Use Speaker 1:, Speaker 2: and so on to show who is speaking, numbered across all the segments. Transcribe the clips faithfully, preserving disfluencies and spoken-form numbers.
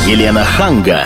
Speaker 1: Елена Ханга.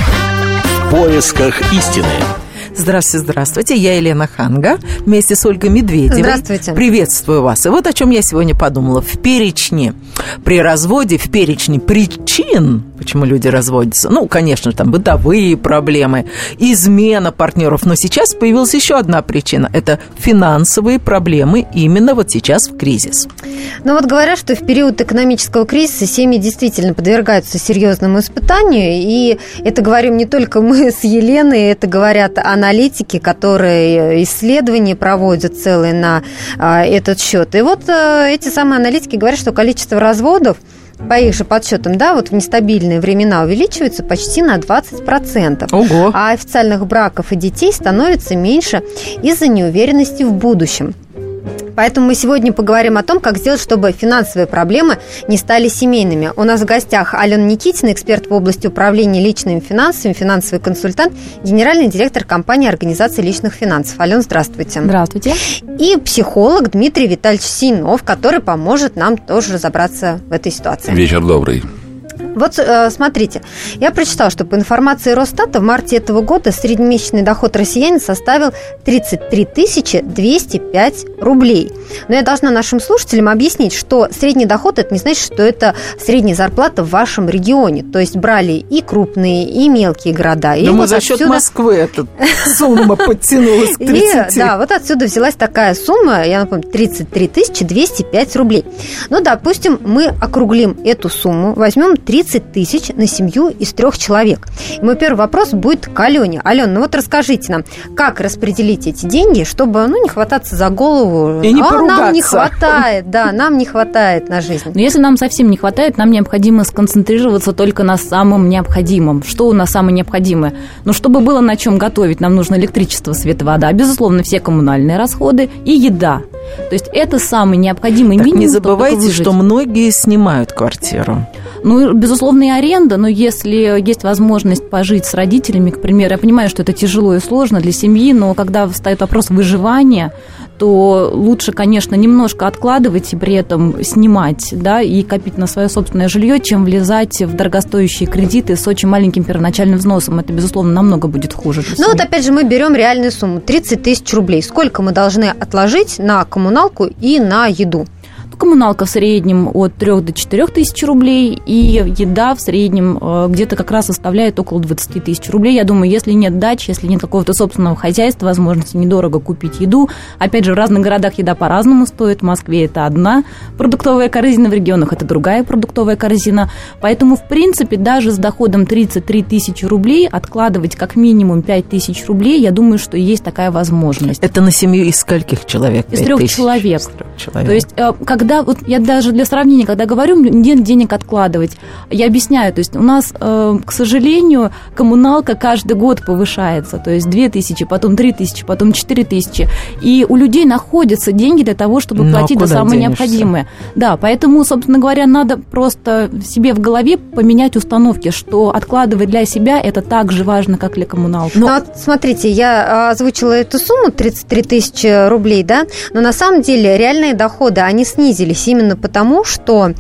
Speaker 1: В поисках истины.
Speaker 2: Здравствуйте, здравствуйте. Я Елена Ханга вместе с Ольгой Медведевой.
Speaker 3: Здравствуйте.
Speaker 2: Приветствую вас. И вот о чем я сегодня подумала. В перечне при разводе, в перечне причин, почему люди разводятся, ну, конечно, там бытовые проблемы, измена партнеров. Но сейчас появилась еще одна причина. Это финансовые проблемы именно вот сейчас в кризис.
Speaker 3: Ну вот говорят, что в период экономического кризиса семьи действительно подвергаются серьезному испытанию. И это говорим не только мы с Еленой, это говорят аналитики, которые исследования проводят целые на а, этот счет. И вот а, эти самые аналитики говорят, что количество разводов, по их же подсчетам, да, вот в нестабильные времена увеличивается почти на двадцать процентов.
Speaker 2: Ого.
Speaker 3: А официальных браков и детей становится меньше из-за неуверенности в будущем. Поэтому мы сегодня поговорим о том, как сделать, чтобы финансовые проблемы не стали семейными. У нас в гостях Алена Никитина, эксперт в области управления личными финансами, финансовый консультант, генеральный директор компании «Организация личных финансов». Алена, здравствуйте.
Speaker 4: Здравствуйте.
Speaker 3: И психолог Дмитрий Витальевич Синов, который поможет нам тоже разобраться в этой ситуации.
Speaker 5: Вечер добрый.
Speaker 3: Вот смотрите, я прочитала, что по информации Росстата в марте этого года среднемесячный доход россиянина составил тридцать три тысячи двести пять рублей. Но я должна нашим слушателям объяснить, что средний доход – это не значит, что это средняя зарплата в вашем регионе. То есть брали и крупные, и мелкие города.
Speaker 2: Но мы за счет Москвы эта сумма подтянулась к тридцати.
Speaker 3: Да, вот отсюда взялась такая сумма, я напомню, тридцать три тысячи двести пять рублей. Ну, допустим, мы округлим эту сумму, возьмем тридцать тысяч на семью из трех человек. И мой первый вопрос будет к Алене. Алена, ну вот расскажите нам, как распределить эти деньги, чтобы, ну, не хвататься за голову.
Speaker 2: И не
Speaker 3: а
Speaker 2: поругаться.
Speaker 3: Нам не хватает, да, нам не хватает на жизнь.
Speaker 4: Но если нам совсем не хватает, нам необходимо сконцентрироваться только на самом необходимом. Что у нас самое необходимое? Ну, чтобы было на чем готовить, нам нужно электричество, свет, вода, безусловно, все коммунальные расходы и еда. То есть это самый необходимый
Speaker 2: так
Speaker 4: минимум.
Speaker 2: Не забывайте, что многие снимают квартиру.
Speaker 4: Ну, безусловно, и аренда, но если есть возможность пожить с родителями, к примеру, я понимаю, что это тяжело и сложно для семьи, но когда встает вопрос выживания, то лучше, конечно, немножко откладывать и при этом снимать, да, и копить на свое собственное жилье, чем влезать в дорогостоящие кредиты с очень маленьким первоначальным взносом. Это, безусловно, намного будет хуже.
Speaker 3: Ну, вот опять же мы берем реальную сумму, тридцать тысяч рублей. Сколько мы должны отложить на коммуналку и на еду?
Speaker 4: Коммуналка в среднем от трёх до четырёх тысяч рублей, и еда в среднем где-то как раз составляет около двадцати тысяч рублей. Я думаю, если нет дач, если нет какого-то собственного хозяйства, возможности недорого купить еду. Опять же, в разных городах еда по-разному стоит. В Москве это одна продуктовая корзина, в регионах это другая продуктовая корзина. Поэтому, в принципе, даже с доходом тридцать три тысячи рублей откладывать как минимум пять тысяч рублей, я думаю, что есть такая возможность.
Speaker 2: Это на семью из скольких человек?
Speaker 4: Из трех человек.
Speaker 2: Из трех человек.
Speaker 4: То есть, когда вот я даже для сравнения, когда говорю, нет денег откладывать, я объясняю, то есть у нас, э, к сожалению, коммуналка каждый год повышается, то есть две тысячи, потом три тысячи, потом четыре тысячи, и у людей находятся деньги для того, чтобы
Speaker 2: Но
Speaker 4: платить за самое
Speaker 2: денешься?
Speaker 4: необходимое. Да, поэтому, собственно говоря, надо просто себе в голове поменять установки, что откладывать для себя это так же важно, как для коммуналки.
Speaker 3: Но... Ну, вот смотрите, я озвучила эту сумму тридцать три тысячи рублей, да, но на самом деле реальные доходы, они снизились именно потому, что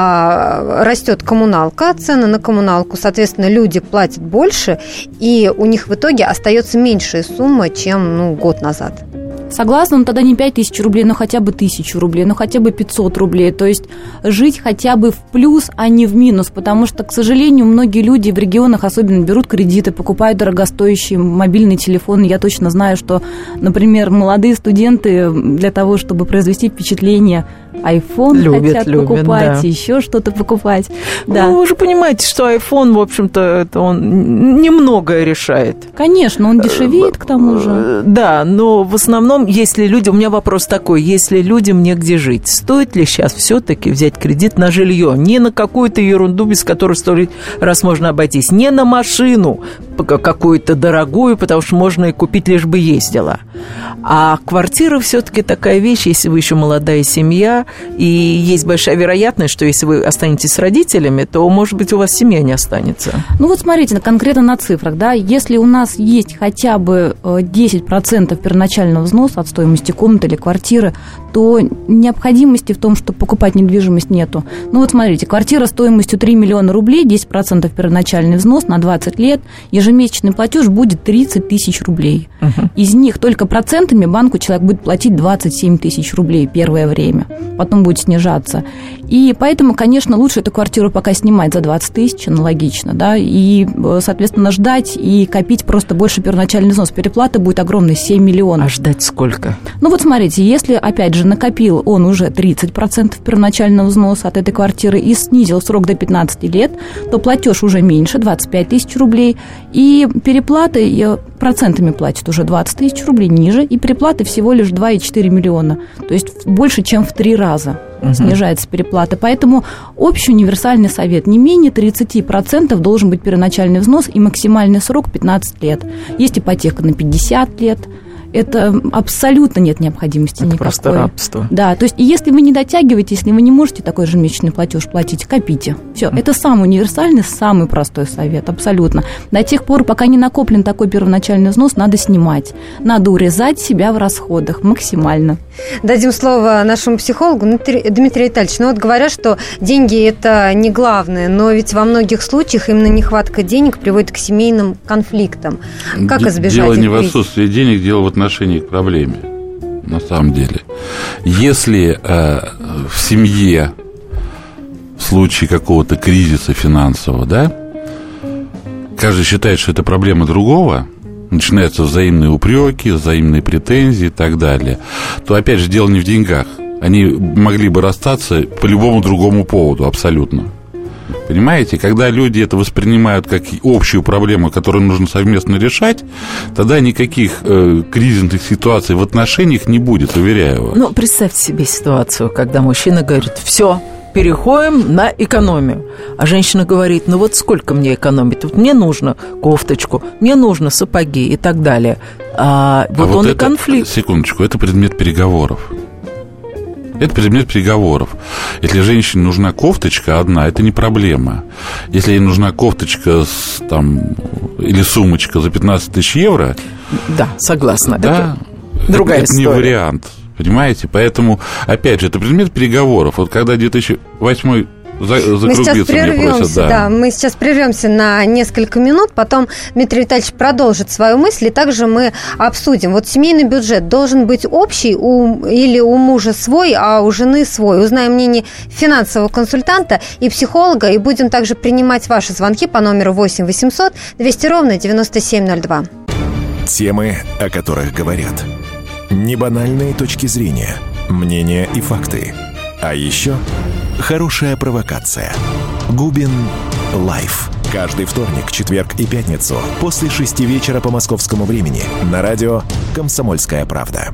Speaker 3: а, растет коммуналка, цены на коммуналку, соответственно, люди платят больше, и у них в итоге остается меньшая сумма, чем, ну, год назад.
Speaker 4: Согласна, но тогда не пять тысяч рублей, но хотя бы тысячу рублей, но хотя бы пятьсот рублей. То есть жить хотя бы в плюс, а не в минус, потому что, к сожалению, многие люди в регионах особенно берут кредиты, покупают дорогостоящие мобильные телефоны. Я точно знаю, что, например, молодые студенты для того, чтобы произвести впечатление, iPhone
Speaker 2: любят,
Speaker 4: хотят
Speaker 2: любят,
Speaker 4: покупать,
Speaker 2: да.
Speaker 4: еще что-то покупать. Да.
Speaker 2: Ну, вы же понимаете, что iPhone, в общем-то, это он немногое решает.
Speaker 4: Конечно, он дешевеет к тому же.
Speaker 2: Да, но в основном, если люди... У меня вопрос такой, если людям негде жить, стоит ли сейчас все-таки взять кредит на жилье? Не на какую-то ерунду, без которой сто раз можно обойтись. Не на машину какую-то дорогую, потому что можно и купить, лишь бы ездила. А квартира все-таки такая вещь, если вы еще молодая семья, и есть большая вероятность, что если вы останетесь с родителями, то, может быть, у вас семья не останется.
Speaker 4: Ну вот смотрите, конкретно на цифрах, да, если у нас есть хотя бы десять процентов первоначального взноса от стоимости комнаты или квартиры, то необходимости в том, чтобы покупать недвижимость, нету. Ну вот смотрите, квартира стоимостью три миллиона рублей, десять процентов первоначальный взнос на двадцать лет, ежемесячный платеж будет тридцать тысяч рублей. Uh-huh. Из них только процентами банку человек будет платить двадцать семь тысяч рублей первое время, потом будет снижаться. И поэтому, конечно, лучше эту квартиру пока снимать за двадцать тысяч, аналогично, да, и, соответственно, ждать и копить просто больше первоначальный взнос. Переплата будет огромной, семь миллионов.
Speaker 2: А ждать сколько?
Speaker 4: Ну вот смотрите, если, опять же, накопил он уже тридцать процентов первоначального взноса от этой квартиры и снизил срок до пятнадцати лет, то платеж уже меньше, двадцать пять тысяч рублей, и переплаты процентами платит уже двадцать тысяч рублей ниже, и переплаты всего лишь два и четыре миллиона, то есть больше, чем в три раза. Угу. Снижается переплата. Поэтому общий универсальный совет: не менее тридцать процентов должен быть первоначальный взнос, и максимальный срок пятнадцать лет. Есть ипотека на пятьдесят лет. Это абсолютно нет необходимости
Speaker 2: это
Speaker 4: никакой.
Speaker 2: Просто рабство.
Speaker 4: Да, то есть если вы не дотягиваете, если вы не можете такой ежемесячный платеж платить, копите. Все, mm. это самый универсальный, самый простой совет, абсолютно. До тех пор, пока не накоплен такой первоначальный взнос, надо снимать. Надо урезать себя в расходах максимально.
Speaker 3: Дадим слово нашему психологу. Дмитрий Витальевич, ну вот говорят, что деньги – это не главное, но ведь во многих случаях именно нехватка денег приводит к семейным конфликтам. Как избежать?
Speaker 5: Дело не в отсутствии денег, дело в отношении к проблеме, на самом деле. Если э, в семье в случае какого-то кризиса финансового, да, каждый считает, что это проблема другого, начинаются взаимные упреки, взаимные претензии и так далее, то, опять же, дело не в деньгах. Они могли бы расстаться по любому другому поводу абсолютно. Понимаете, когда люди это воспринимают как общую проблему, которую нужно совместно решать, тогда никаких э, кризисных ситуаций в отношениях не будет, уверяю вас.
Speaker 2: Ну, представьте себе ситуацию, когда мужчина говорит: все, переходим на экономию. А женщина говорит: ну вот сколько мне экономить? Вот мне нужно кофточку, мне нужно сапоги и так далее. А, вот, а вот он
Speaker 5: это,
Speaker 2: и конфликт.
Speaker 5: Секундочку, это предмет переговоров. Это предмет переговоров. Если женщине нужна кофточка одна, это не проблема. Если ей нужна кофточка с, там, или сумочка за пятнадцать тысяч евро...
Speaker 2: Да, согласна.
Speaker 5: Да,
Speaker 2: это другая
Speaker 5: это,
Speaker 2: история.
Speaker 5: Это не вариант, понимаете? Поэтому, опять же, это предмет переговоров. Вот когда две тысячи восьмой закруглиться
Speaker 3: мы сейчас
Speaker 5: мне просят, да.
Speaker 3: да, мы сейчас прервемся на несколько минут, потом Дмитрий Витальевич продолжит свою мысль, и также мы обсудим. Вот семейный бюджет должен быть общий у, или у мужа свой, а у жены свой. Узнаем мнение финансового консультанта и психолога, и будем также принимать ваши звонки по номеру восемь восемьсот двести ровно девяносто семь ноль два.
Speaker 6: Темы, о которых говорят. Небанальные точки зрения, мнения и факты. А еще хорошая провокация. Губин Лайф. Каждый вторник, четверг и пятницу после шести вечера по московскому времени на радио «Комсомольская правда».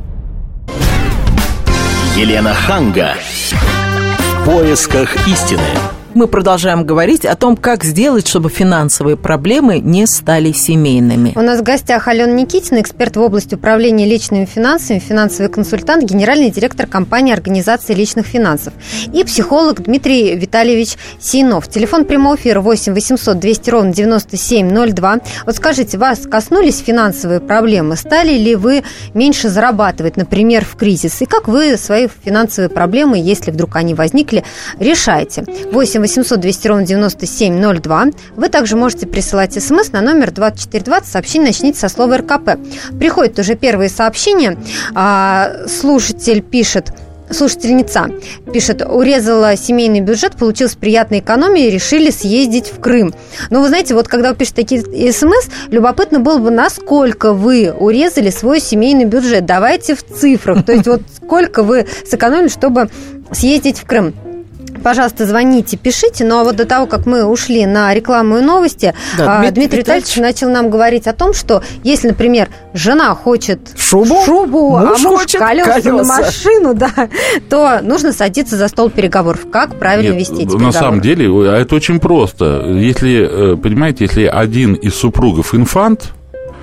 Speaker 1: Елена Ханга. В поисках истины.
Speaker 2: Мы продолжаем говорить о том, как сделать, чтобы финансовые проблемы не стали семейными.
Speaker 3: У нас в гостях Алена Никитина, эксперт в области управления личными финансами, финансовый консультант, генеральный директор компании организации личных финансов, и психолог Дмитрий Витальевич Сиенов. Телефон прямого эфира восемь восемьсот двести ровно девяносто семь ноль два. Вот скажите, вас коснулись финансовые проблемы? Стали ли вы меньше зарабатывать, например, в кризис? И как вы свои финансовые проблемы, если вдруг они возникли, решаете? восемь восемьсот двести ровно девяносто семь ноль два. Вы также можете присылать смс на номер двадцать четыре двадцать. Сообщение начните со слова эр ка пэ. Приходят уже первые сообщения. Слушатель пишет... Слушательница пишет: урезала семейный бюджет, получилась приятная экономия, решили съездить в Крым. Но вы знаете, вот когда вы пишете такие смс, любопытно было бы, насколько вы урезали свой семейный бюджет. Давайте в цифрах. То есть вот сколько вы сэкономили, чтобы съездить в Крым. Пожалуйста, звоните, пишите. Ну, а вот до того, как мы ушли на рекламу и новости, да, Дмитрий, Дмитрий Витальевич начал нам говорить о том, что если, например, жена хочет
Speaker 2: шубу,
Speaker 3: шубу а муж
Speaker 2: хочет
Speaker 3: колеса,
Speaker 2: колеса
Speaker 3: на машину, да, то нужно садиться за стол переговоров. Как правильно
Speaker 5: Нет,
Speaker 3: вести эти
Speaker 5: на
Speaker 3: переговоры?
Speaker 5: На самом деле, это очень просто. Если, понимаете, если один из супругов инфант,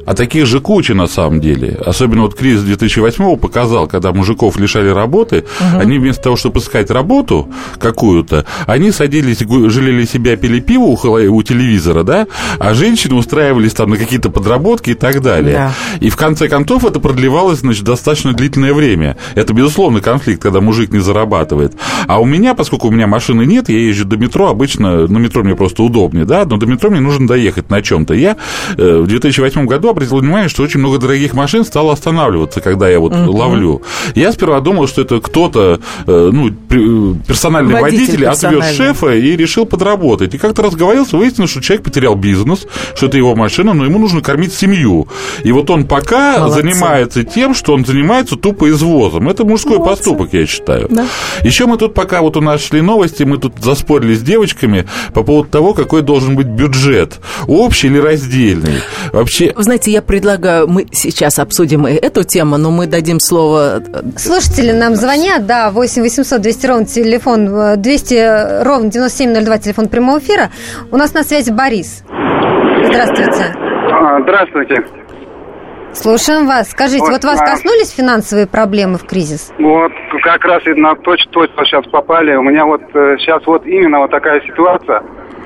Speaker 5: А таких же куча, на самом деле. Особенно вот кризис две тысячи восьмого показал, когда мужиков лишали работы, угу. они вместо того, чтобы искать работу какую-то, они садились, жалели себя, пили пиво у, у телевизора, да, а женщины устраивались там на какие-то подработки и так далее. Да. И в конце концов это продлевалось, значит, достаточно длительное время. Это, безусловно, конфликт, когда мужик не зарабатывает. А у меня, поскольку у меня машины нет, я езжу до метро, обычно на метро мне просто удобнее, да, но до метро мне нужно доехать на чем-то. Я в две тысячи восьмом году обратил внимание, что очень много дорогих машин стало останавливаться, когда я вот uh-huh. ловлю. Я сперва думал, что это кто-то, ну, персональный водитель, водитель отвез шефа и решил подработать. И как-то разговорился, выяснилось, что человек потерял бизнес, что это его машина, но ему нужно кормить семью. И вот он пока Молодцы. занимается тем, что он занимается тупо извозом. Это мужской Молодцы. поступок, я считаю. Да. Еще мы тут, пока вот у нас шли новости, мы тут заспорили с девочками по поводу того, какой должен быть бюджет. Общий или раздельный. Вообще...
Speaker 2: Вы знаете, я предлагаю, мы сейчас обсудим и эту тему, но мы дадим слово...
Speaker 3: Слушатели нам звонят, да, восемь восемьсот двести ровно телефон, двести ровно девяносто семь ноль два, телефон прямого эфира. У нас на связи Борис. Здравствуйте.
Speaker 7: Здравствуйте.
Speaker 3: Слушаем вас. Скажите, вот, вот вас коснулись финансовые проблемы в кризис?
Speaker 7: Вот, как раз и на точно-точно сейчас попали. У меня вот сейчас вот именно вот такая ситуация.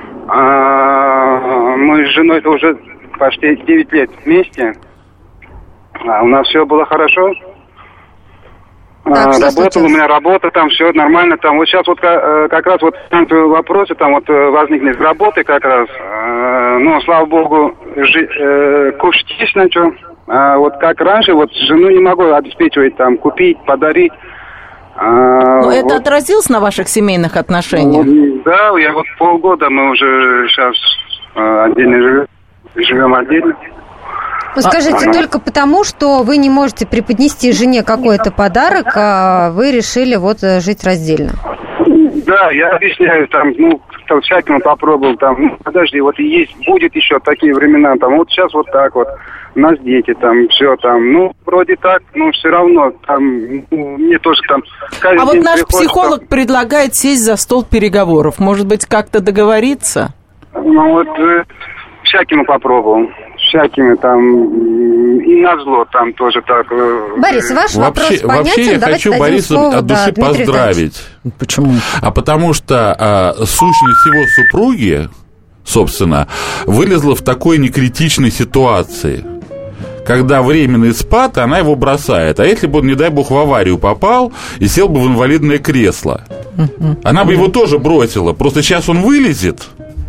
Speaker 7: Мы с женой уже почти девять лет вместе. А у нас все было хорошо. Так, работал у меня работа, там все нормально. Там вот сейчас вот как раз вот вопросы там вот возникли с работы как раз. Ну, слава богу, жи, кушать есть на что. А вот как раньше, вот жену не могу обеспечивать, там, купить, подарить.
Speaker 2: А, Но вот. Это отразилось на ваших семейных отношениях?
Speaker 7: Вот, да, я вот полгода, мы уже сейчас отдельно живем, живем отдельно.
Speaker 3: Ну, скажите, а, только потому, что вы не можете преподнести жене какой-то подарок, а вы решили вот жить раздельно?
Speaker 7: Да, я объясняю, там, ну, там, всякому попробовал, там, ну, подожди, вот есть, будет еще такие времена, там, вот сейчас вот так вот, у нас дети, там, все, там, ну, вроде так, но все равно, там, ну, мне тоже там...
Speaker 2: А вот наш психолог там... предлагает сесть за стол переговоров, может быть, как-то договориться?
Speaker 7: Ну, вот, э, всякому попробовал. Всякими там, и назло там тоже так.
Speaker 3: Борис, ваш
Speaker 5: вообще,
Speaker 3: вопрос понятен.
Speaker 5: Вообще я
Speaker 3: Давайте
Speaker 5: хочу Бориса
Speaker 3: слово,
Speaker 5: от души
Speaker 3: да,
Speaker 5: поздравить.
Speaker 2: Почему?
Speaker 5: А потому что а, сущность его супруги, собственно, вылезла в такой некритичной ситуации, когда временный спад, она его бросает. А если бы он, не дай бог, в аварию попал и сел бы в инвалидное кресло, она бы его тоже бросила. Просто сейчас он вылезет.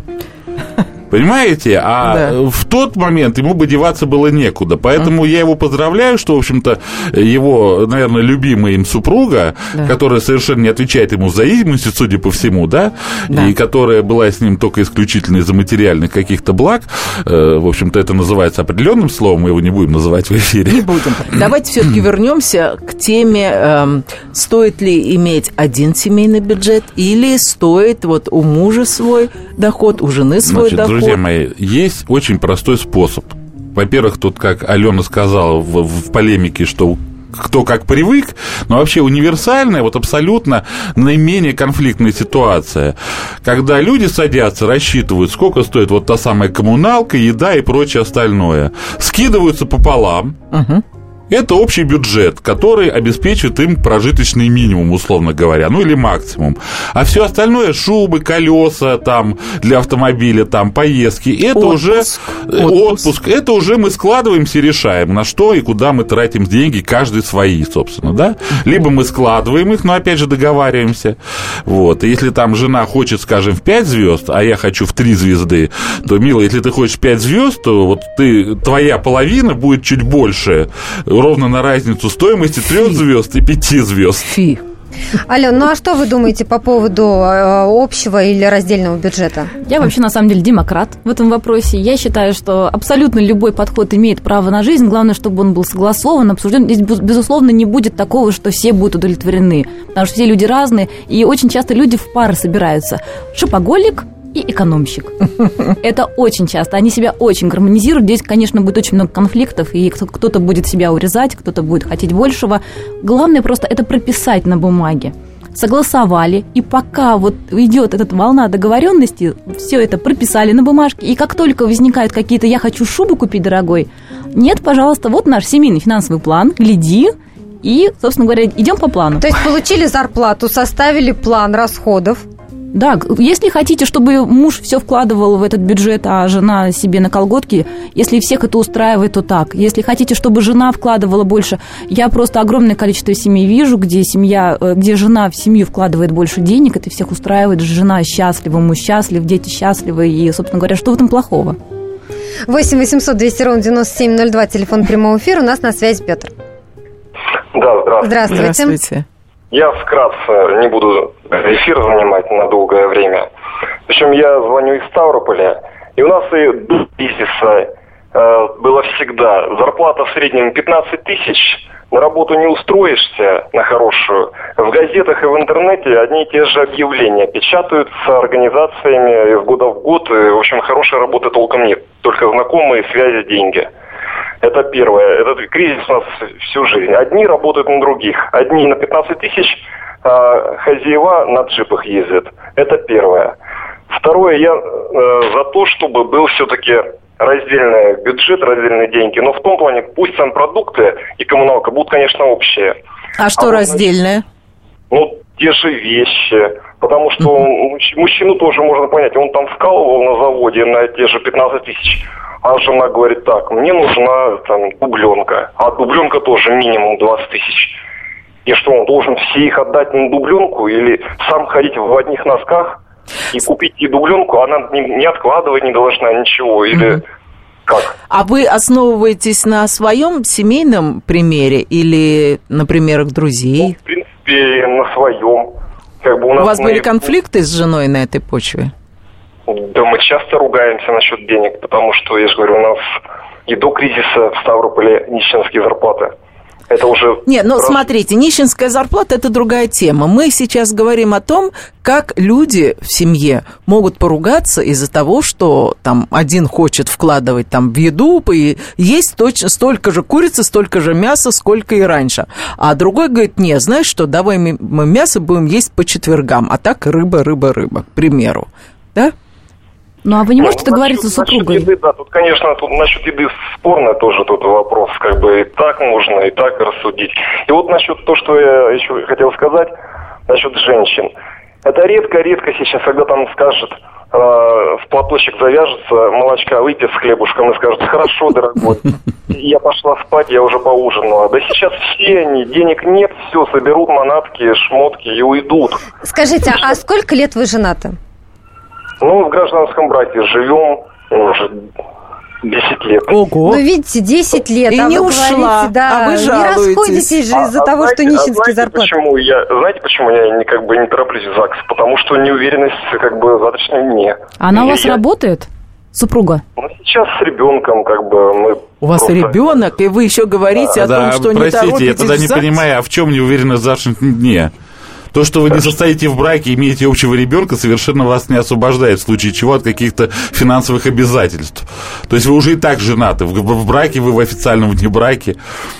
Speaker 5: Понимаете? А да. в тот момент ему бы деваться было некуда. Поэтому mm. я его поздравляю, что, в общем-то, его, наверное, любимая им супруга, да. которая совершенно не отвечает ему за взаимностью, судя по всему, да, да, и которая была с ним только исключительно из-за материальных каких-то благ, э, в общем-то, это называется определенным словом, мы его не будем называть в эфире.
Speaker 2: Не будем. Давайте все-таки вернемся к теме, э, стоит ли иметь один семейный бюджет или стоит вот у мужа свой доход, у жены свой Значит, доход.
Speaker 5: Друзья мои, есть очень простой способ. Во-первых, тут, как Алена сказала в, в полемике, что кто как привык, но вообще универсальная, вот абсолютно наименее конфликтная ситуация, когда люди садятся, рассчитывают, сколько стоит вот та самая коммуналка, еда и прочее остальное, скидываются пополам. Угу. Это общий бюджет, который обеспечивает им прожиточный минимум, условно говоря, ну или максимум. А все остальное, шубы, колеса там для автомобиля, там поездки, это отпуск, уже отпуск. отпуск, это уже мы складываемся и решаем, на что и куда мы тратим деньги, каждый свои, собственно, да. Либо мы складываем их, но опять же договариваемся. Вот. И если там жена хочет, скажем, в пять звезд, а я хочу в три звезды, то, милая, если ты хочешь пять звезд, то вот ты, твоя половина будет чуть больше, ровно на разницу стоимости трех звезд и пяти звезд.
Speaker 2: Фи.
Speaker 3: Ален, ну а что вы думаете по поводу общего или раздельного бюджета?
Speaker 4: Я вообще, на самом деле, демократ в этом вопросе. Я считаю, что абсолютно любой подход имеет право на жизнь. Главное, чтобы он был согласован, обсужден. Здесь, безусловно, не будет такого, что все будут удовлетворены. Потому что все люди разные, и очень часто люди в пары собираются. Шопоголик и экономщик. Это очень часто. Они себя очень гармонизируют. Здесь, конечно, будет очень много конфликтов, и кто-то будет себя урезать, кто-то будет хотеть большего. Главное просто это прописать на бумаге. Согласовали, и пока вот идет эта волна договоренности, все это прописали на бумажке, и как только возникают какие-то «я хочу шубу купить, дорогой», Нет, пожалуйста, вот наш семейный финансовый план, гляди, и, собственно говоря, идем по плану.
Speaker 3: То есть получили зарплату, составили план расходов.
Speaker 4: Да, если хотите, чтобы муж все вкладывал в этот бюджет, а жена себе на колготки, если всех это устраивает, то так. Если хотите, чтобы жена вкладывала больше, я просто огромное количество семей вижу, где семья, где жена в семью вкладывает больше денег, это всех устраивает, жена счастлива, муж счастлив, дети счастливы, и, собственно говоря, что в этом плохого?
Speaker 3: восемь восемьсот двести ровно девяносто семь ноль два, телефон прямого эфира, у нас на связи Петр.
Speaker 8: Да, здравствуйте.
Speaker 3: Здравствуйте.
Speaker 2: Здравствуйте.
Speaker 8: Я вкратце не буду эфир занимать на долгое время. Причем я звоню из Ставрополя, и у нас и до кризиса э, было всегда зарплата в среднем пятнадцать тысяч, на работу не устроишься на хорошую. В газетах и в интернете одни и те же объявления печатаются организациями из года в год. И, в общем, хорошей работы толком нет, только знакомые, связи, деньги. Это первое. Этот кризис у нас всю жизнь. Одни работают на других. Одни на пятнадцать тысяч, а хозяева на джипах ездят. Это первое. Второе. Я э, за то, чтобы был все-таки раздельный бюджет, раздельные деньги. Но в том плане, пусть сам продукты и коммуналка будут, конечно, общие.
Speaker 2: А что а раздельное?
Speaker 8: Ну, те же вещи. Потому что mm-hmm. мужчину тоже можно понять. Он там вкалывал на заводе на те же пятнадцать тысяч. А жена говорит, так, мне нужна там дубленка. А дубленка тоже минимум двадцать тысяч. И что, он должен все их отдать на дубленку? Или сам ходить в одних носках и купить и дубленку? Она не, не откладывать не должна ничего. Или mm-hmm. как?
Speaker 2: А вы основываетесь на своем семейном примере или на примерах друзей?
Speaker 8: Ну, в принципе, на своем. Как бы у, нас
Speaker 2: у вас
Speaker 8: на...
Speaker 2: были конфликты с женой на этой почве?
Speaker 8: Да, мы часто ругаемся насчет денег, потому что, я же говорю, у нас и до кризиса в Ставрополе нищенские зарплаты. Это уже...
Speaker 2: Нет, ну просто... смотрите, нищенская зарплата – это другая тема. Мы сейчас говорим о том, как люди в семье могут поругаться из-за того, что там один хочет вкладывать там в еду, и есть точно столько же курицы, столько же мяса, сколько и раньше. А другой говорит, не, знаешь что, давай мы мясо будем есть по четвергам, а так рыба, рыба, рыба, к примеру. Да?
Speaker 4: Ну, а вы не можете
Speaker 8: ну,
Speaker 4: договориться с супругой?
Speaker 8: Насчет еды, да, тут, конечно, тут насчет еды спорно тоже тут вопрос, как бы и так можно, и так рассудить. И вот насчет того, что я еще хотел сказать, насчет женщин. Это редко-редко сейчас, когда там скажет, э, в платочек завяжется, молочка выпьет с хлебушком и скажет, хорошо, дорогой, я пошла спать, я уже поужинала. Да сейчас все они, денег нет, все, соберут манатки, шмотки и уйдут.
Speaker 3: Скажите, а сколько лет вы женаты?
Speaker 8: Ну, в гражданском браке живем уже десять лет.
Speaker 2: Ого!
Speaker 3: Ну, видите, десять лет,
Speaker 2: и
Speaker 3: а
Speaker 2: не
Speaker 3: вы
Speaker 2: ушла,
Speaker 3: говорите, да,
Speaker 2: а вы жалуетесь.
Speaker 3: Не расходитесь же из-за
Speaker 8: а,
Speaker 3: того,
Speaker 8: а
Speaker 3: что
Speaker 8: знаете,
Speaker 3: нищенские
Speaker 8: а знаете,
Speaker 3: зарплаты.
Speaker 8: Почему я, знаете, почему я не, как бы, не тороплюсь в ЗАГС? Потому что неуверенность как бы достаточно мне.
Speaker 4: Она
Speaker 8: и
Speaker 4: у вас
Speaker 8: я...
Speaker 4: работает, супруга?
Speaker 8: Ну, сейчас с ребенком как бы мы...
Speaker 2: У вас
Speaker 8: просто...
Speaker 2: ребенок, и вы еще говорите
Speaker 5: да,
Speaker 2: о том, что
Speaker 5: простите,
Speaker 2: не торопитесь.
Speaker 5: Простите, я тогда не понимаю, а в чем неуверенность в завтрашнем дне? То, что вы не состоите в браке, имеете общего ребенка, совершенно вас не освобождает в случае чего от каких-то финансовых обязательств. То есть вы уже и так женаты. В, в браке вы, в официальном внебраке.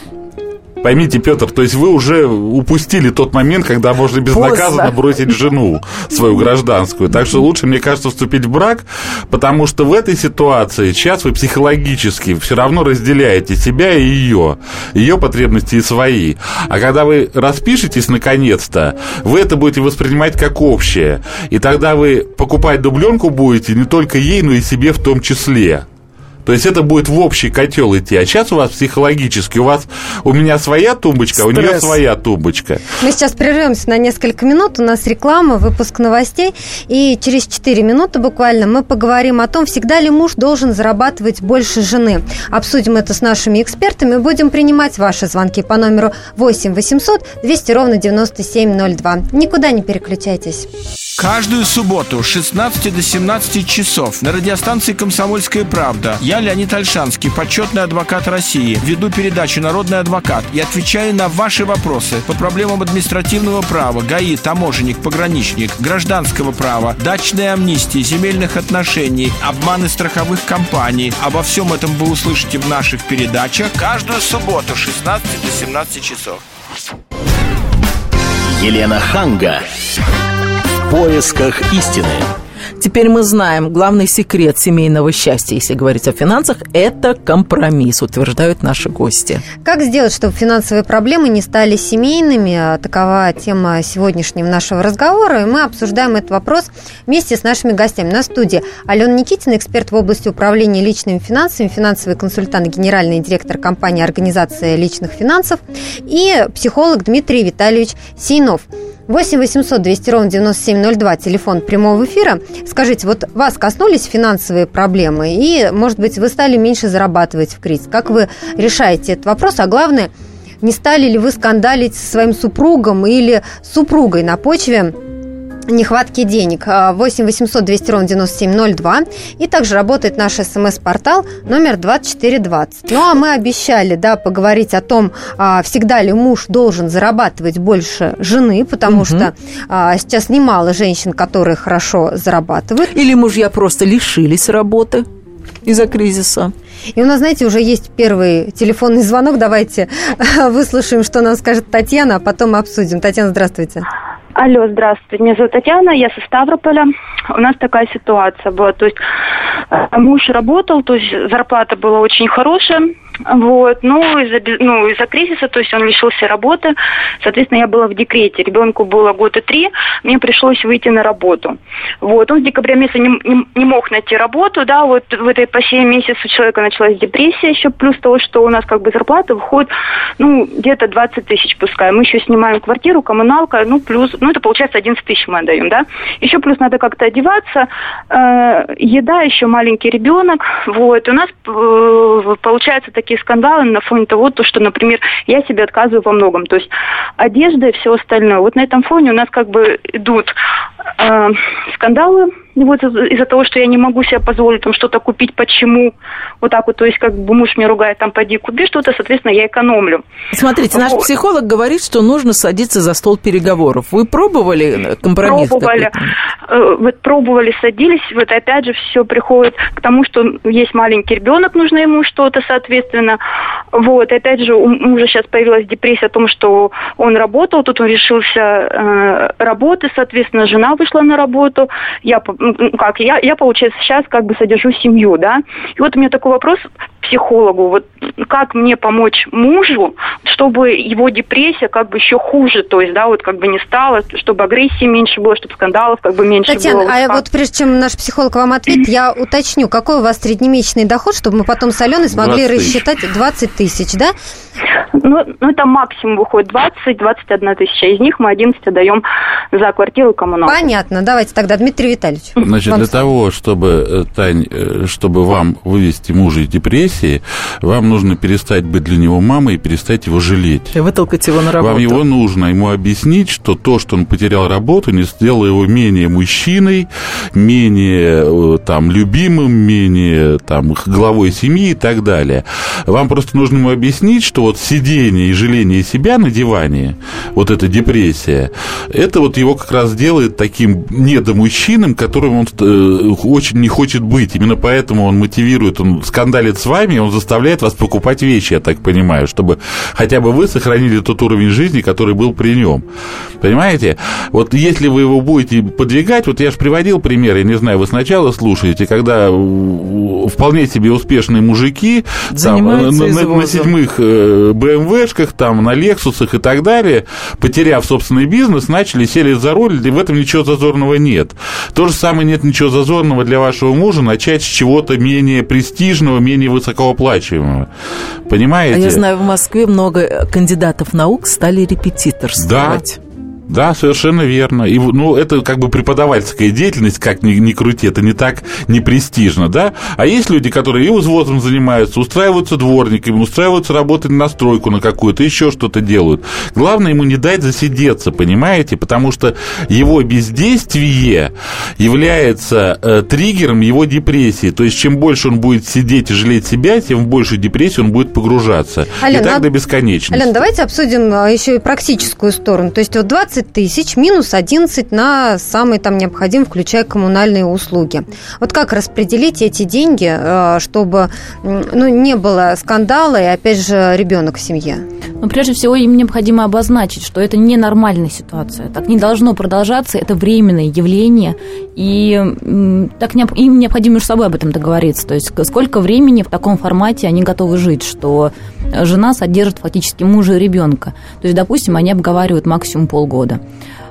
Speaker 5: Поймите, Петр, то есть вы уже упустили тот момент, когда можно безнаказанно Поздно. бросить жену свою гражданскую. Так что лучше, мне кажется, вступить в брак, потому что в этой ситуации сейчас вы психологически все равно разделяете себя и ее, ее потребности и свои. А когда вы распишетесь наконец-то, вы это будете воспринимать как общее. И тогда вы покупать дубленку будете не только ей, но и себе в том числе. То есть это будет в общий котел идти. А сейчас у вас психологически, у вас у меня своя тумбочка, Стресс. у нее своя тумбочка.
Speaker 3: Мы сейчас прервемся на несколько минут. У нас реклама, выпуск новостей. И через четыре минуты буквально мы поговорим о том, всегда ли муж должен зарабатывать больше жены. Обсудим это с нашими экспертами. Будем принимать ваши звонки по номеру восемь восемьсот двести ровно девяносто семь ноль два. Никуда не переключайтесь.
Speaker 9: Каждую субботу с шестнадцати до семнадцати часов на радиостанции «Комсомольская правда» я, Леонид Ольшанский, почетный адвокат России, веду передачу «Народный адвокат» и отвечаю на ваши вопросы по проблемам административного права, ГАИ, таможенник, пограничник, гражданского права, дачной амнистии, земельных отношений, обманы страховых компаний. Обо всем этом вы услышите в наших передачах каждую субботу с шестнадцати до семнадцати часов.
Speaker 1: Елена Ханга. В поисках истины.
Speaker 2: Теперь мы знаем, главный секрет семейного счастья, если говорить о финансах, это компромисс, утверждают наши гости.
Speaker 3: Как сделать, чтобы финансовые проблемы не стали семейными? Такова тема сегодняшнего нашего разговора, и мы обсуждаем этот вопрос вместе с нашими гостями. На студии Алена Никитина, эксперт в области управления личными финансами, финансовый консультант, генеральный директор компании «Организация личных финансов», и психолог Дмитрий Витальевич Сейнов. восемь восемьсот двести ровно девяносто семь ноль два, телефон прямого эфира. Скажите, вот вас коснулись финансовые проблемы, и, может быть, вы стали меньше зарабатывать в кризис? Как вы решаете этот вопрос? А главное, не стали ли вы скандалить со своим супругом или супругой на почве нехватки денег? восемь восемьсот двести ровно девяносто семь ноль два. И также работает наш смс-портал номер двадцать четыре двадцать. Ну, а мы обещали, да, поговорить о том, всегда ли муж должен зарабатывать больше жены, потому угу. что а, сейчас немало женщин, которые хорошо зарабатывают.
Speaker 2: Или мужья просто лишились работы из-за кризиса.
Speaker 3: И у нас, знаете, уже есть первый телефонный звонок. Давайте выслушаем, что нам скажет Татьяна, а потом обсудим. Татьяна, здравствуйте.
Speaker 10: Алло, здравствуйте. Меня зовут Татьяна, я со Ставрополя. У нас такая ситуация была. То есть муж работал, то есть зарплата была очень хорошая. Вот, ну из-за, ну, из-за кризиса, то есть он лишился работы, соответственно, я была в декрете, ребенку было года три, мне пришлось выйти на работу. Вот, он в декабре месяце не, не, не мог найти работу, да, вот в этой по семь месяцев у человека началась депрессия еще, плюс того, что у нас как бы зарплата выходит, ну, где-то двадцать тысяч пускай, мы еще снимаем квартиру, коммуналка, ну, плюс, ну, это получается одиннадцать тысяч мы отдаем, да, еще плюс надо как-то одеваться, э, еда, еще маленький ребенок, вот, у нас э, получается такие скандалы на фоне того, то, что, например, я себе отказываю во многом. То есть одежда и все остальное. Вот на этом фоне у нас как бы идут э, скандалы. Вот из-за того, что я не могу себе позволить там что-то купить, почему, вот так вот, то есть как бы муж мне ругает, там, пойди купи что-то, соответственно, я экономлю.
Speaker 2: Смотрите, наш вот. Психолог говорит, что нужно садиться за стол переговоров. Вы пробовали компромисс?
Speaker 10: Пробовали, вот пробовали, садились, вот опять же все приходит к тому, что есть маленький ребенок, нужно ему что-то, соответственно, вот, опять же, у мужа сейчас появилась депрессия о том, что он работал, тут он решился э, работы, соответственно, жена вышла на работу, я как, я, я, получается, сейчас как бы содержу семью, да, и вот у меня такой вопрос к психологу, вот как мне помочь мужу, чтобы его депрессия как бы еще хуже, то есть, да, вот как бы не стало, чтобы агрессии меньше было, чтобы скандалов как бы меньше
Speaker 3: Татьяна,
Speaker 10: было.
Speaker 3: Татьяна, а вот прежде чем наш психолог вам ответит, я уточню, какой у вас среднемесячный доход, чтобы мы потом с Аленой смогли рассчитать двадцать тысяч, да?
Speaker 10: Ну, ну, это максимум выходит двадцать - двадцать одна тысяча. Из них мы одиннадцать отдаем за квартиру и коммуналку.
Speaker 3: Понятно. Давайте тогда, Дмитрий Витальевич.
Speaker 5: Значит, для того, чтобы, Тань, чтобы вам вывести мужа из депрессии, вам нужно перестать быть для него мамой и перестать его жалеть.
Speaker 2: И вытолкать его на работу.
Speaker 5: Вам его нужно ему объяснить, что то, что он потерял работу, не сделало его менее мужчиной, менее там, любимым, менее там, главой семьи и так далее. Вам просто нужно ему объяснить, что вот сидение и жаление себя на диване, вот эта депрессия, это вот его как раз делает таким недомужчиной, которым он очень не хочет быть. Именно поэтому он мотивирует, он скандалит с вами, он заставляет вас покупать вещи, я так понимаю, чтобы хотя бы вы сохранили тот уровень жизни, который был при нем. Понимаете? Вот если вы его будете подвигать, вот я же приводил пример, я не знаю, вы сначала слушаете, когда вполне себе успешные мужики там, на, на, на седьмых бэ эм вэ-шках, там, на Лексусах и так далее, потеряв собственный бизнес, начали, сели за руль, и в этом ничего зазорного нет. То же самое нет ничего зазорного для вашего мужа начать с чего-то менее престижного, менее высокооплачиваемого. Понимаете?
Speaker 2: А я знаю, в Москве много кандидатов наук стали репетиторствовать.
Speaker 5: Да. Да, совершенно верно. И, ну, это как бы преподавательская деятельность, как ни, ни крути, это не так непрестижно, да? А есть люди, которые и узвозом занимаются, устраиваются дворниками, устраиваются работать на стройку на какую-то, еще что-то делают. Главное ему не дать засидеться, понимаете? Потому что его бездействие является э, триггером его депрессии. То есть, чем больше он будет сидеть и жалеть себя, тем в большую депрессию он будет погружаться.
Speaker 3: Алена,
Speaker 5: и так до бесконечности.
Speaker 3: Алена, давайте обсудим еще и практическую сторону. То есть, вот двадцать тысяч минус одиннадцать на самые там необходимые, включая коммунальные услуги. Вот как распределить эти деньги, чтобы, ну, не было скандала и, опять же, ребенок в семье?
Speaker 4: Но прежде всего им необходимо обозначить, что это ненормальная ситуация. Так не должно продолжаться, это временное явление. И так им необходимо между собой об этом договориться. То есть сколько времени в таком формате они готовы жить, что жена содержит фактически мужа и ребенка. То есть, допустим, они обговаривают максимум полгода.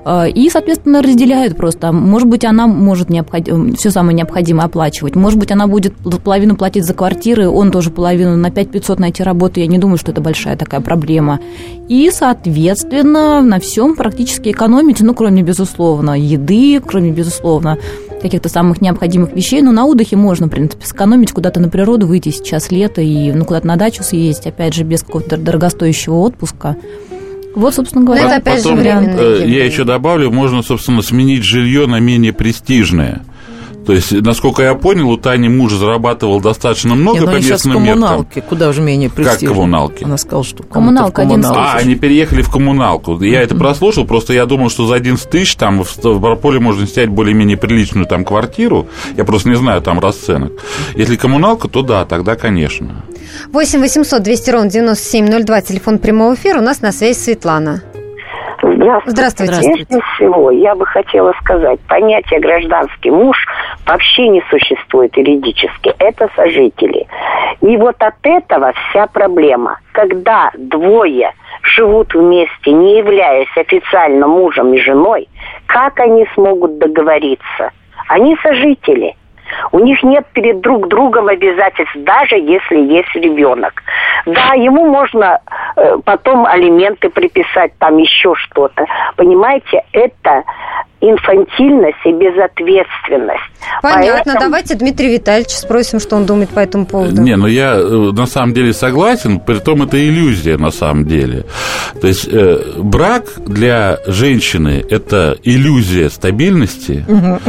Speaker 4: И, соответственно, разделяют просто. Может быть, она может необходим, все самое необходимое оплачивать. Может быть, она будет половину платить за квартиры, он тоже половину. На пять тысяч пятьсот найти работу, я не думаю, что это большая такая проблема. И, соответственно, на всем практически экономить, ну, кроме, безусловно, еды, кроме, безусловно, каких-то самых необходимых вещей. Но на отдыхе можно, в принципе, сэкономить, куда-то на природу выйти, сейчас лето, и ну, куда-то на дачу съездить, опять же, без какого-то дорогостоящего отпуска. Вот, собственно говоря,
Speaker 3: это опять
Speaker 5: потом,
Speaker 3: же временное.
Speaker 5: Я еще добавлю, можно, собственно, сменить жилье на менее престижное. То есть, насколько я понял, у Тани муж зарабатывал достаточно много.
Speaker 2: Нет,
Speaker 5: по местным меркам.
Speaker 2: Коммуналки, куда же менее престижно.
Speaker 5: Как коммуналки?
Speaker 2: Она сказала, что
Speaker 4: коммуналка
Speaker 2: коммуналка.
Speaker 5: А, они переехали в коммуналку. Я это прослушал, просто я думал, что за одиннадцать тысяч там в Ставрополе можно снять более-менее приличную там квартиру. Я просто не знаю там расценок. Если коммуналка, то да, тогда, конечно.
Speaker 3: восемь восемьсот двести ровно девяносто семь ноль два, телефон прямого эфира. У нас на связи Светлана.
Speaker 11: Здравствуйте.
Speaker 3: Здравствуйте.
Speaker 11: Прежде всего, я бы хотела сказать, понятие гражданский муж вообще не существует юридически. Это сожители. И вот от этого вся проблема. Когда двое живут вместе, не являясь официально мужем и женой, как они смогут договориться? Они сожители. У них нет перед друг другом обязательств, даже если есть ребенок. Да, ему можно э, потом алименты приписать, там еще что-то. Понимаете, это инфантильность и безответственность.
Speaker 3: Понятно.
Speaker 11: Поэтому...
Speaker 3: Давайте Дмитрия Витальевича спросим, что он думает по этому поводу.
Speaker 5: Не, ну я на самом деле согласен, притом это иллюзия на самом деле. То есть э, брак для женщины – это иллюзия стабильности,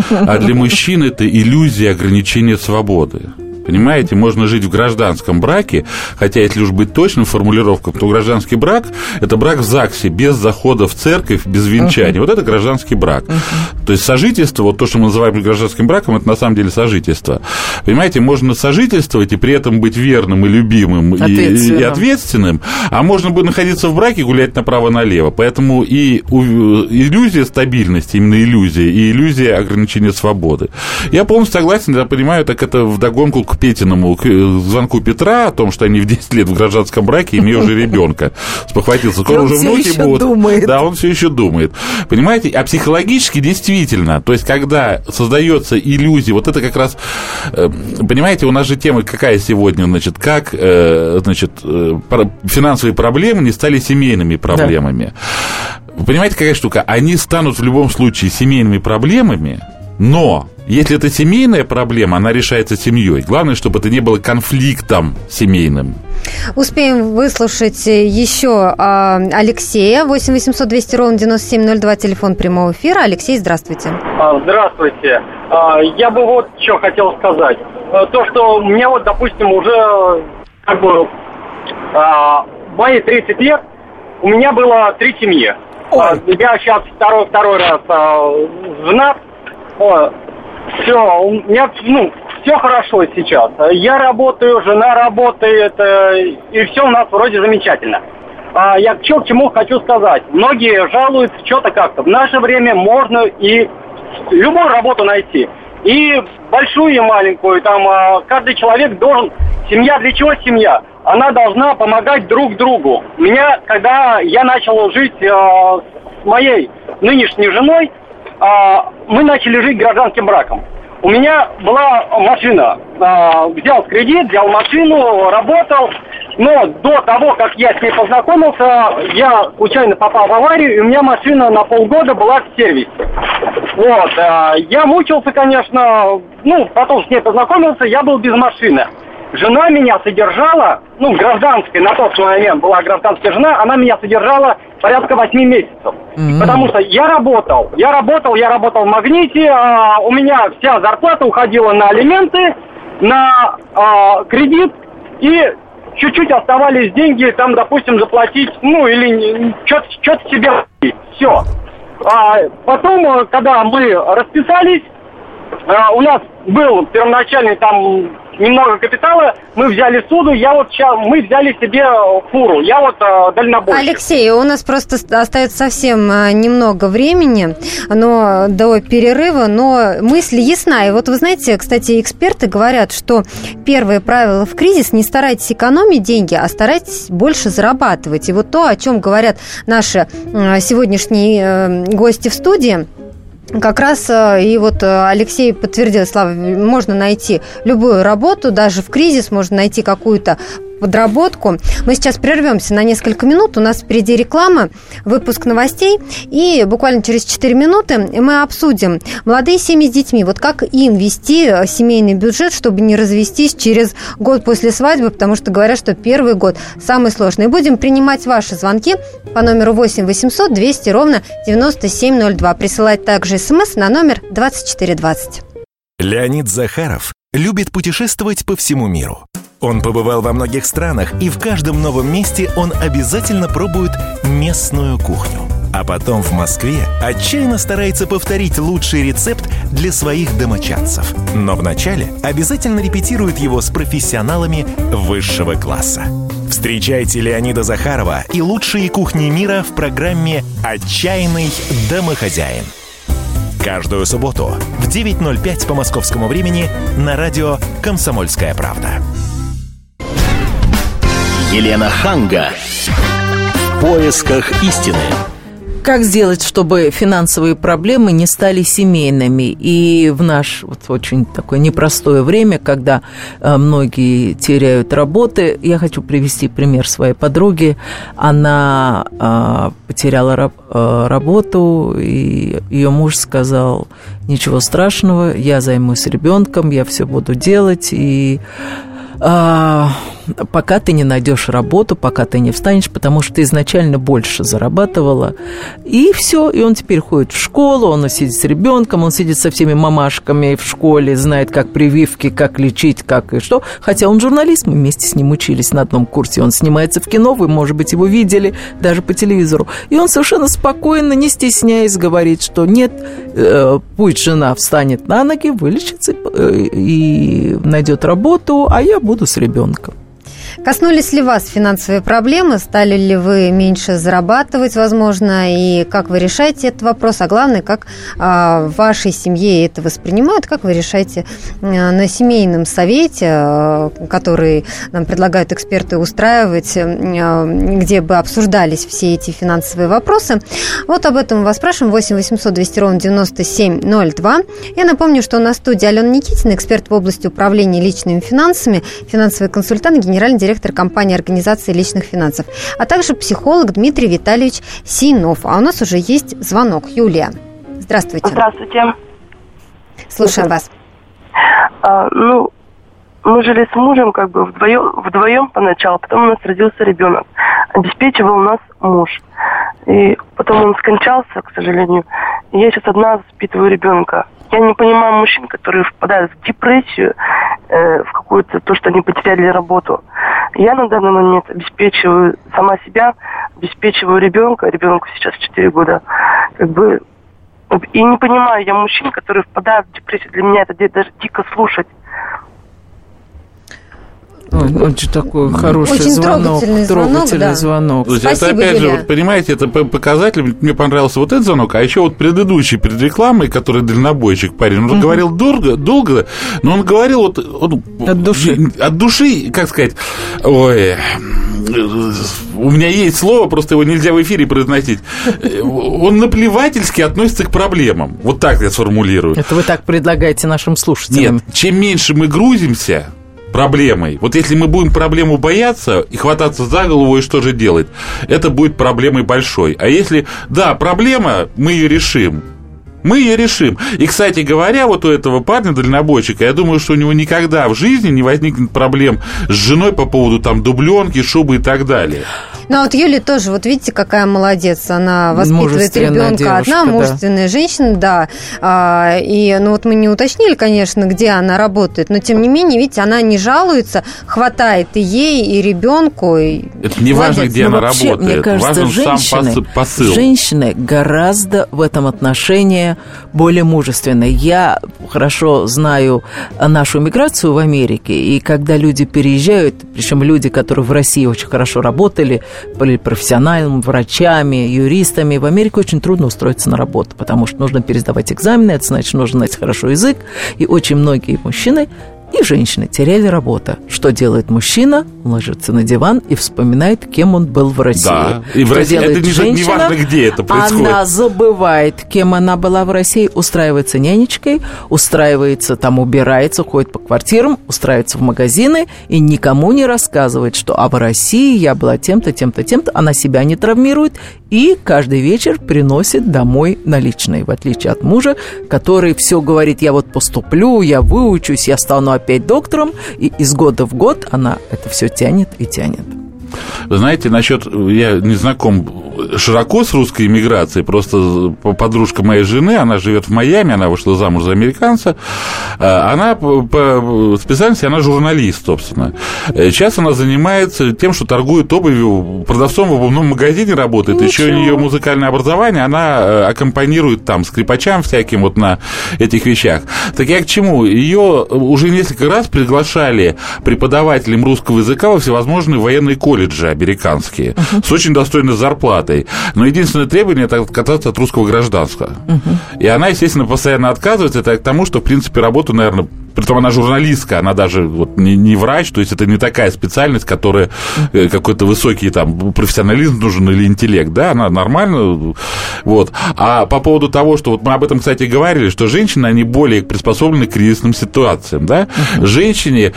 Speaker 5: а для мужчины – это иллюзия ограничения свободы. Понимаете, можно жить в гражданском браке, хотя, если уж быть точным формулировкой, то гражданский брак – это брак в ЗАГСе, без захода в церковь, без венчания. Uh-huh. Вот это гражданский брак. Uh-huh. То есть сожительство, вот то, что мы называем гражданским браком, это на самом деле сожительство. Понимаете, можно сожительствовать и при этом быть верным и любимым, и, и ответственным, а можно бы находиться в браке и гулять направо-налево. Поэтому и иллюзия стабильности, именно иллюзия, и иллюзия ограничения свободы. Я полностью согласен, я понимаю, так это вдогонку к Петиному, к звонку Петра о том, что они в десять лет в гражданском браке, имея уже ребенка. Спохватился, скоро уже внуки будут. Думает. Да, он все еще думает. Понимаете? А психологически действительно, то есть, когда создается иллюзия, вот это как раз, понимаете, у нас же тема какая сегодня, значит, как, значит, финансовые проблемы не стали семейными проблемами. Да. Вы понимаете, какая штука? Они станут в любом случае семейными проблемами, но если это семейная проблема, она решается семьей. Главное, чтобы это не было конфликтом семейным.
Speaker 3: Успеем выслушать еще Алексея. восемь восемьсот двести ровно девяносто семь ноль два, телефон прямого эфира. Алексей, здравствуйте.
Speaker 12: Здравствуйте. Я бы вот что хотел сказать. То, что у меня вот, допустим, уже как бы мои тридцать лет, у меня было три семьи. Ой. Я сейчас второй, второй раз женат. Все, у меня, ну, все хорошо сейчас. Я работаю, жена работает, и все у нас вроде замечательно. А я что к чему хочу сказать. Многие жалуются что-то как-то. В наше время можно и любую работу найти. И большую, и маленькую. Там каждый человек должен... Семья, для чего семья? Она должна помогать друг другу. Меня, когда я начал жить э, с моей нынешней женой, мы начали жить гражданским браком. У меня была машина. Взял кредит, взял машину, работал. Но до того, как я с ней познакомился, я случайно попал в аварию, и у меня машина на полгода была в сервисе. Вот. Я мучился, конечно. Ну, потом с ней познакомился, я был без машины. Жена меня содержала, ну, гражданская, на тот момент была гражданская жена, она меня содержала порядка восьми месяцев. Mm-hmm. Потому что я работал, я работал, я работал в «Магните», а у меня вся зарплата уходила на алименты, на а, кредит, и чуть-чуть оставались деньги, там, допустим, заплатить, ну, или что-то, что-то себе, все. А потом, когда мы расписались, а, у нас был первоначальный там немного капитала, мы взяли суду, я вот сейчас, мы взяли себе фуру, я вот э, дальнобойщик.
Speaker 3: Алексей, у нас просто остается совсем немного времени, но до перерыва, но мысль ясна. И вот вы знаете, кстати, эксперты говорят, что первое правило в кризис: не старайтесь экономить деньги, а старайтесь больше зарабатывать. И вот то, о чем говорят наши сегодняшние гости в студии, как раз и вот Алексей подтвердил, Слава, можно найти любую работу, даже в кризис можно найти какую-то подработку. Мы сейчас прервемся на несколько минут. У нас впереди реклама, выпуск новостей. И буквально через четыре минуты мы обсудим молодые семьи с детьми. Вот как им вести семейный бюджет, чтобы не развестись через год после свадьбы, потому что говорят, что первый год самый сложный. Будем принимать ваши звонки по номеру восемь восемьсот двести ровно девяносто семь ноль два. Присылать также смс на номер двадцать четыре двадцать.
Speaker 6: Леонид Захаров любит путешествовать по всему миру. Он побывал во многих странах, и в каждом новом месте он обязательно пробует местную кухню. А потом в Москве отчаянно старается повторить лучший рецепт для своих домочадцев. Но вначале обязательно репетирует его с профессионалами высшего класса. Встречайте Леонида Захарова и лучшие кухни мира в программе «Отчаянный домохозяин». Каждую субботу в девять ноль пять по московскому времени на радио «Комсомольская правда».
Speaker 1: Елена Ханга. В поисках истины.
Speaker 2: Как сделать, чтобы финансовые проблемы не стали семейными? И в наше вот очень такое непростое время, когда э, многие теряют работы, я хочу привести пример своей подруги. Она э, потеряла раб, э, работу, и ее муж сказал: ничего страшного, я займусь ребенком, я все буду делать, и а, пока ты не найдешь работу, пока ты не встанешь, потому что ты изначально больше зарабатывала. И все, и он теперь ходит в школу, он сидит с ребенком, он сидит со всеми мамашками в школе, знает, как прививки, как лечить, как и что. Хотя он журналист, мы вместе с ним учились на одном курсе, он снимается в кино, вы, может быть, его видели даже по телевизору. И он совершенно спокойно, не стесняясь, говорит, что нет, э, пусть жена встанет на ноги, вылечится э, и найдет работу, а я буду с ребенком.
Speaker 3: Коснулись ли вас финансовые проблемы? Стали ли вы меньше зарабатывать, возможно? И как вы решаете этот вопрос? А главное, как а, в вашей семье это воспринимают? Как вы решаете а, на семейном совете, а, который нам предлагают эксперты устраивать, а, где бы обсуждались все эти финансовые вопросы? Вот об этом вас спрашиваем. восемь восемьсот двести ровно девяносто семь ноль два. Я напомню, что у нас в студии Алена Никитина, эксперт в области управления личными финансами, финансовый консультант, генеральный директор компании организации личных финансов, а также психолог Дмитрий Витальевич Синов. А у нас уже есть звонок. Юлия, здравствуйте.
Speaker 13: Здравствуйте.
Speaker 3: Слушаем вас.
Speaker 13: А, ну, мы жили с мужем как бы вдвоем, вдвоем поначалу, потом у нас родился ребенок. Обеспечивал нас муж. И потом он скончался, к сожалению. И я сейчас одна воспитываю ребенка. Я не понимаю мужчин, которые впадают в депрессию, э, в какую-то, то, что они потеряли работу. Я на данный момент обеспечиваю сама себя, обеспечиваю ребенка, ребенку сейчас четыре года, как бы, и не понимаю я мужчин, которые впадают в депрессию. Для меня это даже дико слушать.
Speaker 2: Очень такой хороший
Speaker 3: Очень
Speaker 2: звонок,
Speaker 3: трогательный звонок,
Speaker 2: трогательный
Speaker 3: да.
Speaker 2: звонок.
Speaker 5: Слушайте,
Speaker 3: Спасибо,
Speaker 5: это опять
Speaker 3: Юлия.
Speaker 5: же, вот, понимаете, это показатель. Мне понравился вот этот звонок, а еще вот предыдущий перед рекламой, который дальнобойщик парень, он mm-hmm. говорил долго, долго, но он говорил вот, вот
Speaker 2: от души,
Speaker 5: от души, как сказать, ой, у меня есть слово, просто его нельзя в эфире произносить. Он наплевательски относится к проблемам. Вот так я сформулирую.
Speaker 2: Это вы так предлагаете нашим слушателям?
Speaker 5: Нет, чем меньше мы грузимся проблемой. Вот если мы будем проблему бояться и хвататься за голову, и что же делать, это будет проблемой большой. А если, да, проблема, мы ее решим. Мы ее решим. И, кстати говоря, вот у этого парня, дальнобойщика, я думаю, что у него никогда в жизни не возникнет проблем с женой по поводу там дубленки, шубы и так далее.
Speaker 3: Ну, а вот Юлия тоже, вот видите, какая молодец, она воспитывает ребенка одна, мужественная да. женщина, да, а, и, ну, вот мы не уточнили, конечно, где она работает, но, тем не менее, видите, она не жалуется, хватает и ей, и ребенку. И...
Speaker 5: Это не важно, где
Speaker 2: но
Speaker 5: она
Speaker 2: вообще,
Speaker 5: работает,
Speaker 2: мне кажется,
Speaker 5: важен
Speaker 2: женщины,
Speaker 5: сам посыл.
Speaker 2: Женщины гораздо в этом отношении более мужественные. Я хорошо знаю нашу миграцию в Америке, и когда люди переезжают, причем люди, которые в России очень хорошо работали, были профессиональными, врачами, юристами, в Америке очень трудно устроиться на работу, потому что нужно пересдавать экзамены, это значит, нужно знать хорошо язык, и очень многие мужчины и женщины теряли работу. Что делает мужчина? Он ложится на диван и вспоминает, кем он был в России. Да,
Speaker 5: и в России это не,
Speaker 2: женщина,
Speaker 5: не важно, где это происходит.
Speaker 2: Она забывает, кем она была в России, устраивается нянечкой, устраивается там, убирается, ходит по квартирам, устраивается в магазины и никому не рассказывает, что а в России я была тем-то, тем-то, тем-то. Она себя не травмирует и каждый вечер приносит домой наличные, в отличие от мужа, который все говорит, я вот поступлю, я выучусь, я стану опять доктором, и из года в год она это все тянет и тянет.
Speaker 5: Вы знаете, насчет, я не знаком широко с русской иммиграцией, просто подружка моей жены, она живет в Майами, она вышла замуж за американца, она по специальности, она журналист, собственно. Сейчас она занимается тем, что торгует обувью, продавцом в обувном магазине работает, Ничего. Еще у нее музыкальное образование, она аккомпанирует там скрипачам всяким вот на этих вещах. Так я к чему? Ее уже несколько раз приглашали преподавателям русского языка во всевозможные военные колледжи американские, uh-huh. с очень достойной зарплатой. Но единственное требование – это отказаться от русского гражданства. Uh-huh. И она, естественно, постоянно отказывается. Это к тому, что, в принципе, работу, наверное, притом она журналистка, она даже вот не, не врач, то есть это не такая специальность, которая uh-huh. какой-то высокий там профессионализм нужен или интеллект, да, она нормально, вот. А по поводу того, что вот мы об этом, кстати, говорили, что женщины, они более приспособлены к кризисным ситуациям, да, uh-huh. женщине,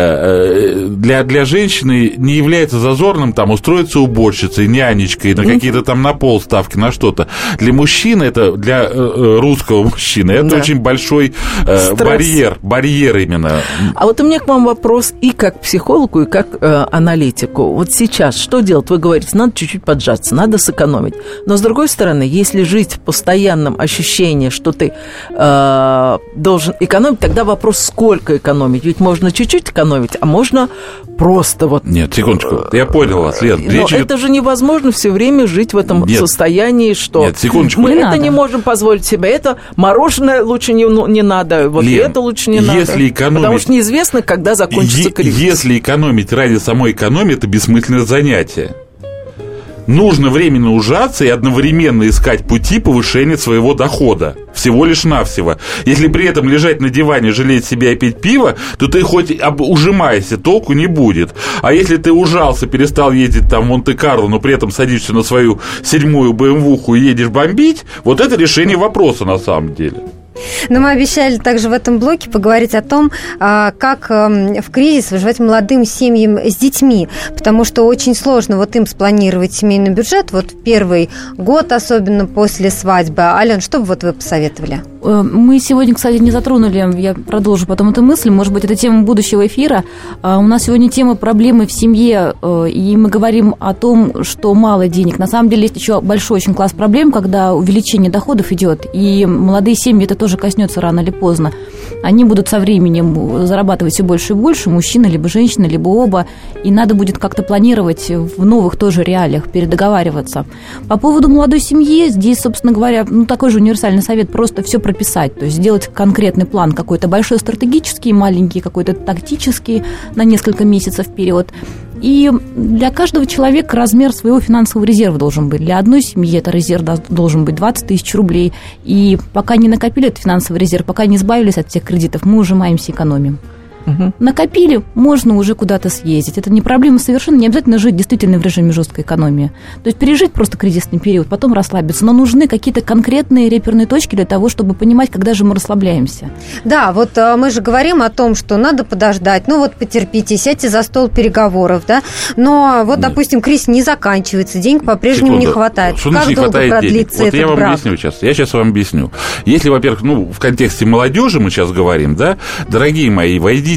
Speaker 5: э, для, для женщины не является зазорным там устроиться уборщицей, нянечкой, на какие-то там на пол ставки, на что-то. Для мужчины это, для э, русского мужчины, это да. очень большой э, барьер, барьер именно.
Speaker 2: А вот у меня к вам вопрос и как психологу, и как э, аналитику. Вот сейчас что делать? Вы говорите, надо чуть-чуть поджаться, надо сэкономить. Но, с другой стороны, если жить в постоянном ощущении, что ты э, должен экономить, тогда вопрос, сколько экономить? Ведь можно чуть-чуть экономить, а можно просто вот...
Speaker 5: Нет, секундочку, я понял вас, Лен.
Speaker 2: Но речь... это же невозможно все время жить в этом Нет. состоянии, что
Speaker 5: Нет, секундочку.
Speaker 2: мы
Speaker 5: не
Speaker 2: это
Speaker 5: надо.
Speaker 2: не можем позволить себе, это мороженое лучше не, не надо, вот
Speaker 5: Лен,
Speaker 2: это лучше не надо.
Speaker 5: Если экономить...
Speaker 2: Потому что неизвестно, когда закончится
Speaker 5: е-
Speaker 2: кризис.
Speaker 5: Если экономить ради самой экономии, это бессмысленное занятие. Нужно временно ужаться и одновременно искать пути повышения своего дохода. Всего лишь навсего. Если при этом лежать на диване, жалеть себя и пить пиво, то ты хоть об... ужимайся, толку не будет. А если ты ужался, перестал ездить там в Монте-Карло, но при этом садишься на свою седьмую бэ эм вэ-ху и едешь бомбить, вот это решение вопроса на самом деле.
Speaker 3: Но мы обещали также в этом блоке поговорить о том, как в кризис выживать молодым семьям с детьми, потому что очень сложно вот им спланировать семейный бюджет вот в первый год, особенно после свадьбы. Ален, что бы вот вы посоветовали?
Speaker 4: Мы сегодня, кстати, не затронули, я продолжу потом эту мысль, может быть, это тема будущего эфира. У нас сегодня тема проблемы в семье, и мы говорим о том, что мало денег. На самом деле есть еще большой очень класс проблем, когда увеличение доходов идет, и молодые семьи это тоже коснется рано или поздно. Они будут со временем зарабатывать все больше и больше, мужчина, либо женщина, либо оба, и надо будет как-то планировать в новых тоже реалиях, передоговариваться. По поводу молодой семьи, здесь, собственно говоря, ну, такой же универсальный совет, просто все прописать, то есть сделать конкретный план, какой-то большой стратегический, маленький, какой-то тактический на несколько месяцев вперед. И для каждого человека размер своего финансового резерва должен быть. Для одной семьи это резерв должен быть двадцать тысяч рублей. И пока не накопили этот финансовый резерв, пока не избавились от всех кредитов, мы ужимаемся, экономим. Угу. Накопили, можно уже куда-то съездить. Это не проблема совершенно, не обязательно жить действительно в режиме жесткой экономии. То есть пережить просто кризисный период, потом расслабиться. Но нужны какие-то конкретные реперные точки для того, чтобы понимать, когда же мы расслабляемся.
Speaker 3: Да, вот мы же говорим о том, что надо подождать. Ну вот потерпите, сядьте за стол переговоров, да. Но вот, Нет. допустим, кризис не заканчивается, денег по-прежнему
Speaker 5: Секунду.
Speaker 3: не хватает.
Speaker 5: Что
Speaker 3: как
Speaker 5: не
Speaker 3: долго
Speaker 5: хватает
Speaker 3: продлится
Speaker 5: денег?
Speaker 3: этот
Speaker 5: Вот я вам
Speaker 3: брак?
Speaker 5: объясню сейчас. Я сейчас вам объясню. Если, во-первых, ну, в контексте молодежи мы сейчас говорим, да, дорогие мои, войдите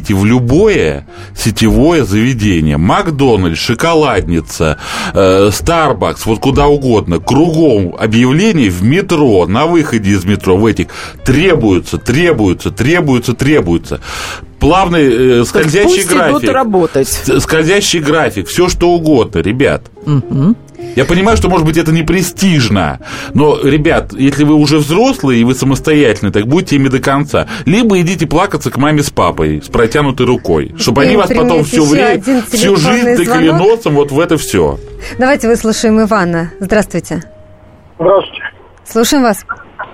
Speaker 5: идите в любое сетевое заведение, Макдональдс, шоколадница, э, Starbucks, вот куда угодно, кругом объявлений в метро, на выходе из метро, в этих требуются, требуются, требуются, требуются. Плавный э, скользящий график. Идут работать. Скользящий график, все что угодно, ребят. Угу. Я понимаю, что, может быть, это не престижно, но, ребят, если вы уже взрослые и вы самостоятельны, так будьте ими до конца. Либо идите плакаться к маме с папой с протянутой рукой, чтобы они вас потом все время, всю жизнь тыкали носом вот в это все.
Speaker 3: Давайте выслушаем Ивана. Здравствуйте.
Speaker 14: Здравствуйте.
Speaker 3: Слушаем вас.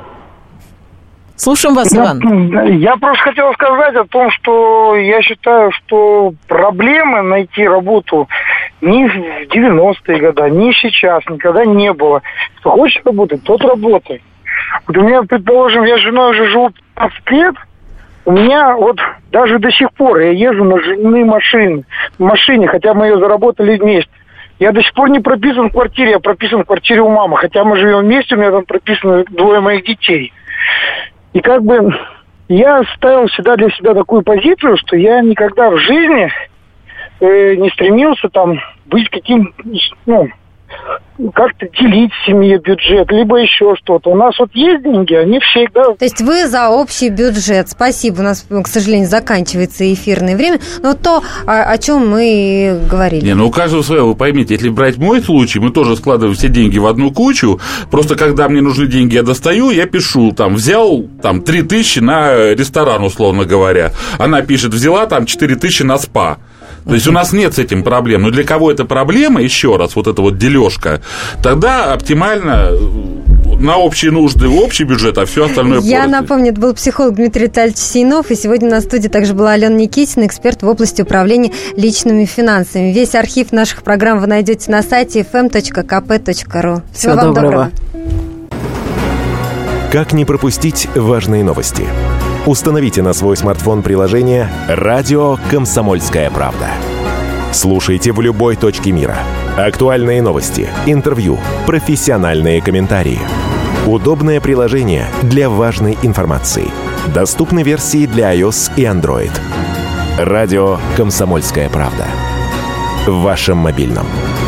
Speaker 2: Слушаем вас, Иван.
Speaker 14: Я просто хотел сказать о том, что я считаю, что проблемы найти работу ни в девяностые годы, ни сейчас никогда не было. Кто хочет работать, тот работает. Вот у меня, предположим, я с женой уже живу пятнадцать лет, у меня вот даже до сих пор я езжу на жены машины, машине, хотя мы ее заработали вместе. Я до сих пор не прописан в квартире, я прописан в квартире у мамы, хотя мы живем вместе, у меня там прописано двое моих детей. И как бы я ставил всегда для себя такую позицию, что я никогда в жизни э, не стремился там быть каким, ну, как-то делить в семье бюджет, либо еще что-то. У нас вот есть деньги, они всегда...
Speaker 3: То есть вы за общий бюджет. Спасибо. У нас, к сожалению, заканчивается эфирное время. Но то, о, о чем мы говорили.
Speaker 5: Не, ну у каждого свое. Вы поймите, если брать мой случай, мы тоже складываем все деньги в одну кучу. Просто когда мне нужны деньги, я достаю, я пишу, там, взял там три тысячи на ресторан, условно говоря. Она пишет, взяла там четыре тысячи на спа. То есть у нас нет с этим проблем. Но для кого это проблема, еще раз, вот эта вот дележка, тогда оптимально на общие нужды общий бюджет, а все остальное
Speaker 3: Я
Speaker 5: порознь.
Speaker 3: напомню, это был психолог Дмитрий Витальевич Сейнов, и сегодня на студии также была Алена Никитина, эксперт в области управления личными финансами. Весь архив наших программ вы найдете на сайте эф эм точка ка пэ точка ру. Всего, Всего вам доброго. доброго.
Speaker 6: Как не пропустить важные новости? Установите на свой смартфон приложение «Радио Комсомольская правда». Слушайте в любой точке мира. Актуальные новости, интервью, профессиональные комментарии. Удобное приложение для важной информации. Доступны версии для iOS и Android. «Радио Комсомольская правда». В вашем мобильном.